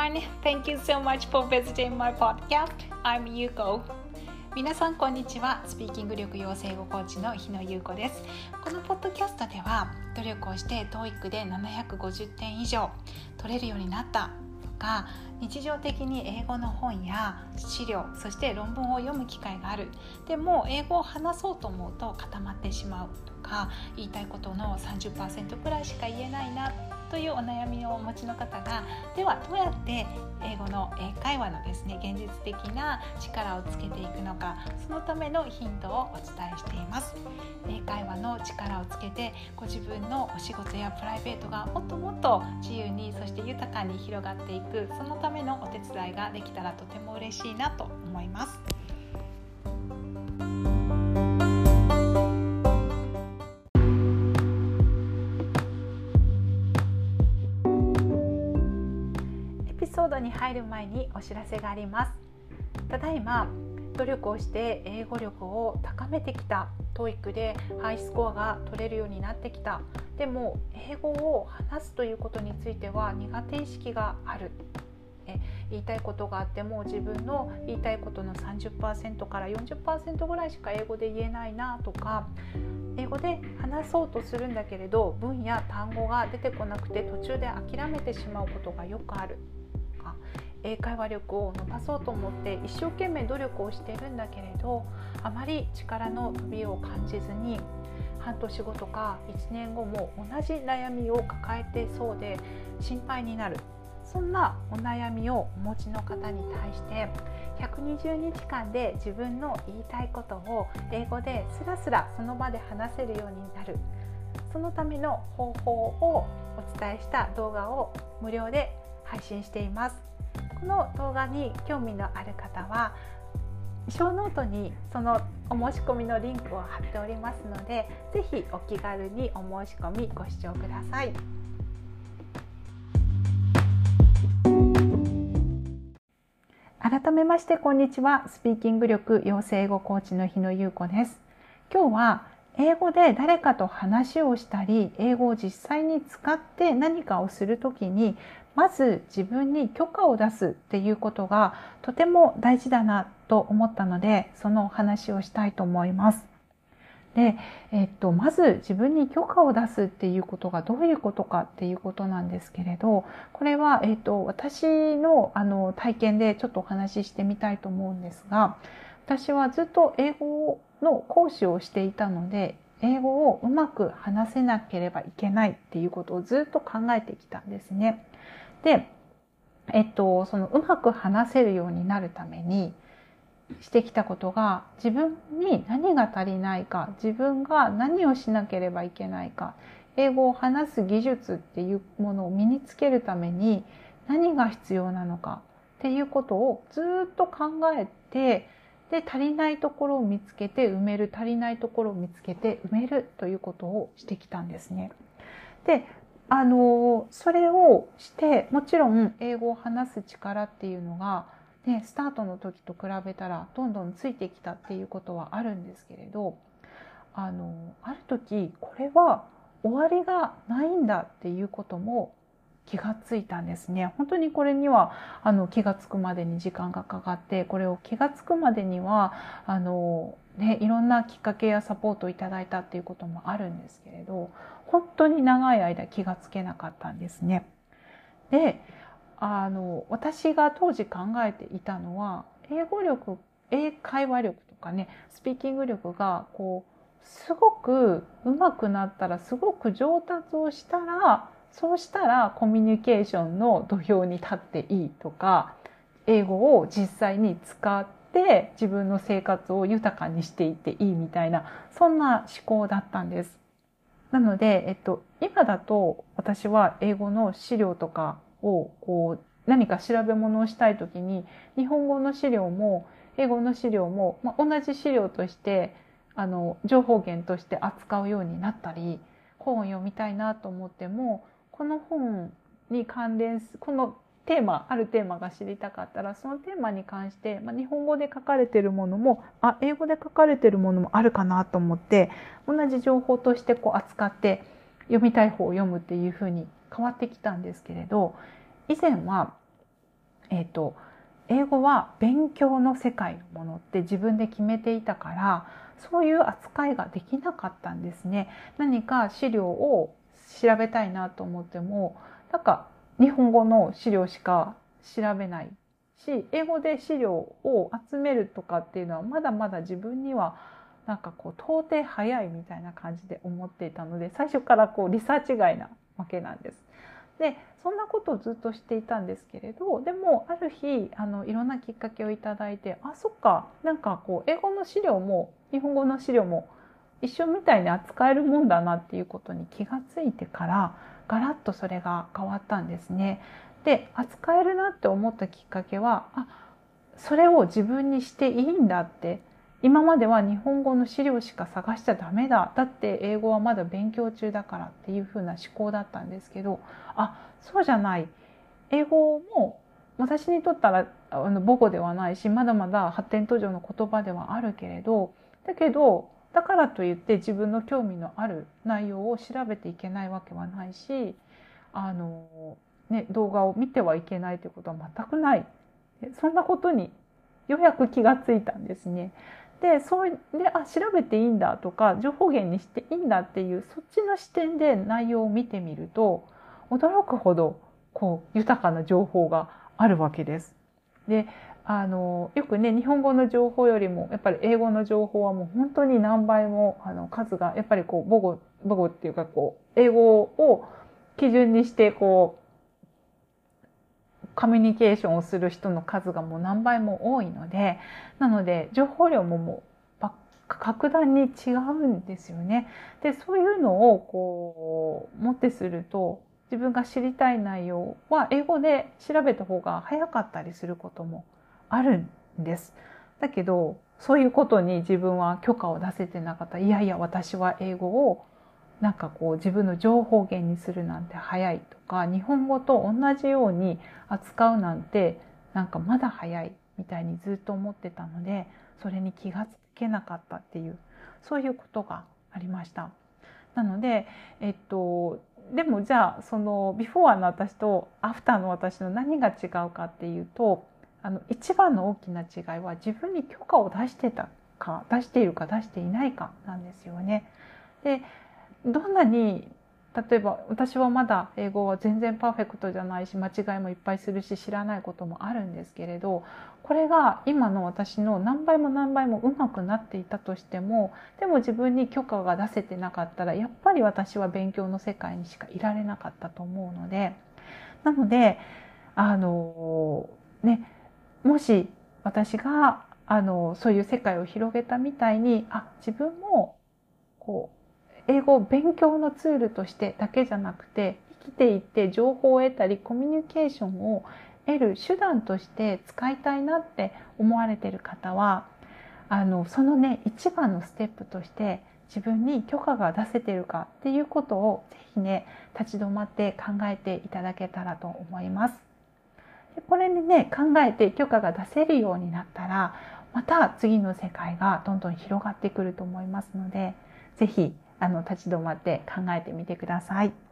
everyone. Thank you so much for visiting my podcast. I'm Yuko. 皆さんこんにちは。スピーキング力養成語コーチの日野優子です。このポッドキャストでは努力をして TOEIC で750点以上取れるようになったとか、日常的に英語の本や資料、そして論文を読む機会がある。でも英語を話そうと思うと固まってしまうとか、言いたいことの 30% くらいしか言えないなというお悩みをお持ちの方が、ではどうやって英語の英会話のですね、現実的な力をつけていくのか、そのためのヒントをお伝えしています。英会話の力をつけて、ご自分のお仕事やプライベートがもっともっと自由に、そして豊かに広がっていく、そのためのお手伝いができたらとても嬉しいなと思います。エピソードに入る前にお知らせがあります。ただいま努力をして英語力を高めてきた、 TOEIC でハイスコアが取れるようになってきた。でも英語を話すということについては苦手意識がある。言いたいことがあっても自分の言いたいことの 30% から 40% ぐらいしか英語で言えないなとか、英語で話そうとするんだけれど文や単語が出てこなくて途中で諦めてしまうことがよくある。英会話力を伸ばそうと思って一生懸命努力をしているんだけれど、あまり力の伸びを感じずに、半年後とか1年後も同じ悩みを抱えてそうで心配になる。そんなお悩みをお持ちの方に対して120日間で自分の言いたいことを英語でスラスラその場で話せるようになる。そのための方法をお伝えした動画を無料で配信しています。この動画に興味のある方はショーノートにそのお申し込みのリンクを貼っておりますので、ぜひお気軽にお申し込みご視聴ください。改めましてこんにちは。スピーキング力養成語コーチの日野優子です。今日は英語で誰かと話をしたり、英語を実際に使って何かをするときに、まず自分に許可を出すっていうことがとても大事だなと思ったので、そのお話をしたいと思います。で、まず自分に許可を出すっていうことがどういうことかっていうことなんですけれど、これは、私の、体験でちょっとお話ししてみたいと思うんですが、私はずっと英語の講師をしていたので、英語をうまく話せなければいけないっていうことをずっと考えてきたんですね。で、そのうまく話せるようになるためにしてきたことが、自分に何が足りないか、自分が何をしなければいけないか、英語を話す技術っていうものを身につけるために何が必要なのかっていうことをずっと考えて、で、足りないところを見つけて埋める、足りないところを見つけて埋めるということをしてきたんですね。で、それをしてもちろん英語を話す力っていうのが、ね、スタートの時と比べたらどんどんついてきたっていうことはあるんですけれど、ある時これは終わりがないんだっていうことも気がついたんですね。本当にこれには気がつくまでに時間がかかって、これを気がつくまでにはいろんなきっかけやサポートをいただいたっていうこともあるんですけれど、本当に長い間気がつけなかったんですね。で、私が当時考えていたのは、英会話力とかね、スピーキング力がすごく上手くなったら、すごく上達をしたら、そうしたらコミュニケーションの土俵に立っていいとか、英語を実際に使って自分の生活を豊かにしていっていいみたいな、そんな思考だったんです。なので、今だと私は英語の資料とかを何か調べ物をしたいときに、日本語の資料も英語の資料も、同じ資料として情報源として扱うようになったり、本を読みたいなと思っても、この本に関連するこのあるテーマが知りたかったら、そのテーマに関して、日本語で書かれているものも英語で書かれているものもあるかなと思って、同じ情報として扱って読みたい方を読むっていう風に変わってきたんですけれど、以前は英語は勉強の世界のものって自分で決めていたから、そういう扱いができなかったんですね。何か資料を調べたいなと思っても、なんか日本語の資料しか調べないし、英語で資料を集めるとかっていうのはまだまだ自分にはなんかこう到底早いみたいな感じで思っていたので、最初からこうリサーチ外なわけなんです。でそんなことをずっとしていたんですけれど、でもある日いろんなきっかけをいただいて、あ、そっか、なんかこう英語の資料も日本語の資料も一緒みたいに扱えるもんだなっていうことに気がついてから、ガラッとそれが変わったんですね。で扱えるなって思ったきっかけは、それを自分にしていいんだって。今までは日本語の資料しか探しちゃダメだ、だって英語はまだ勉強中だからっていう風な思考だったんですけど、そうじゃない。英語も私にとったら母語ではないし、まだまだ発展途上の言葉ではあるけれど、だからといって自分の興味のある内容を調べていけないわけはないし、動画を見てはいけないということは全くない。そんなことにようやく気がついたんですね。で調べていいんだとか、情報源にしていいんだっていう、そっちの視点で内容を見てみると、驚くほど豊かな情報があるわけです。でよくね、日本語の情報よりもやっぱり英語の情報はもう本当に何倍も数が、やっぱり母語っていうか英語を基準にしてコミュニケーションをする人の数がもう何倍も多いので、なので情報量も格段に違うんですよね。でそういうのをもってすると、自分が知りたい内容は英語で調べた方が早かったりすることもあるんです。だけどそういうことに自分は許可を出せてなかった。いやいや、私は英語をなんか自分の情報源にするなんて早いとか、日本語と同じように扱うなんてなんかまだ早いみたいにずっと思ってたので、それに気がつけなかったっていう、そういうことがありました。なのででもじゃあそのビフォーの私とアフターの私の何が違うかっていうと、一番の大きな違いは自分に許可を出しているか出していないかなんですよね。でどんなに例えば私はまだ英語は全然パーフェクトじゃないし、間違いもいっぱいするし、知らないこともあるんですけれど、これが今の私の何倍も何倍も上手くなっていたとしても、でも自分に許可が出せてなかったら、やっぱり私は勉強の世界にしかいられなかったと思うので、なのでもし私がそういう世界を広げたみたいに、自分も英語を勉強のツールとしてだけじゃなくて、生きていって情報を得たりコミュニケーションを得る手段として使いたいなって思われている方は、そのね、一番のステップとして自分に許可が出せているかっていうことをぜひね、立ち止まって考えていただけたらと思います。でこれにね、考えて許可が出せるようになったら、また次の世界がどんどん広がってくると思いますので、ぜひ立ち止まって考えてみてください。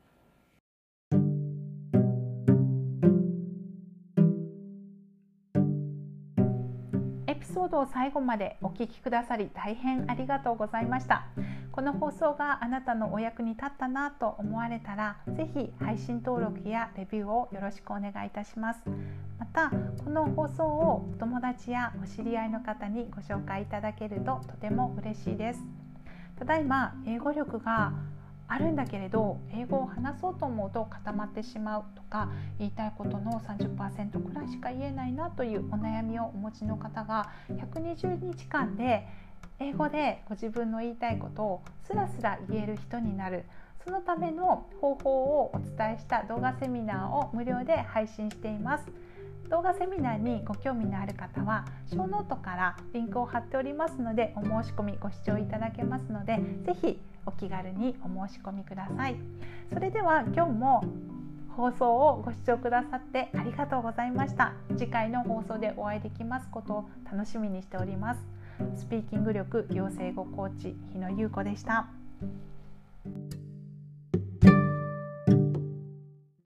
エピソードを最後までお聞きくださり大変ありがとうございました。この放送があなたのお役に立ったなと思われたら、ぜひ配信登録やレビューをよろしくお願いいたします。また、この放送をお友達やお知り合いの方にご紹介いただけるととても嬉しいです。ただいま英語力があるんだけれど、英語を話そうと思うと固まってしまうとか、言いたいことの 30% くらいしか言えないなというお悩みをお持ちの方が、120日間で英語でご自分の言いたいことをスラスラ言える人になる、そのための方法をお伝えした動画セミナーを無料で配信しています。動画セミナーにご興味のある方はショーノートからリンクを貼っておりますので、お申し込みご視聴いただけますので、ぜひお気軽にお申し込みください。それでは今日も放送をご視聴くださってありがとうございました。次回の放送でお会いできますことを楽しみにしております。スピーキング力養成語コーチ日野優子でした。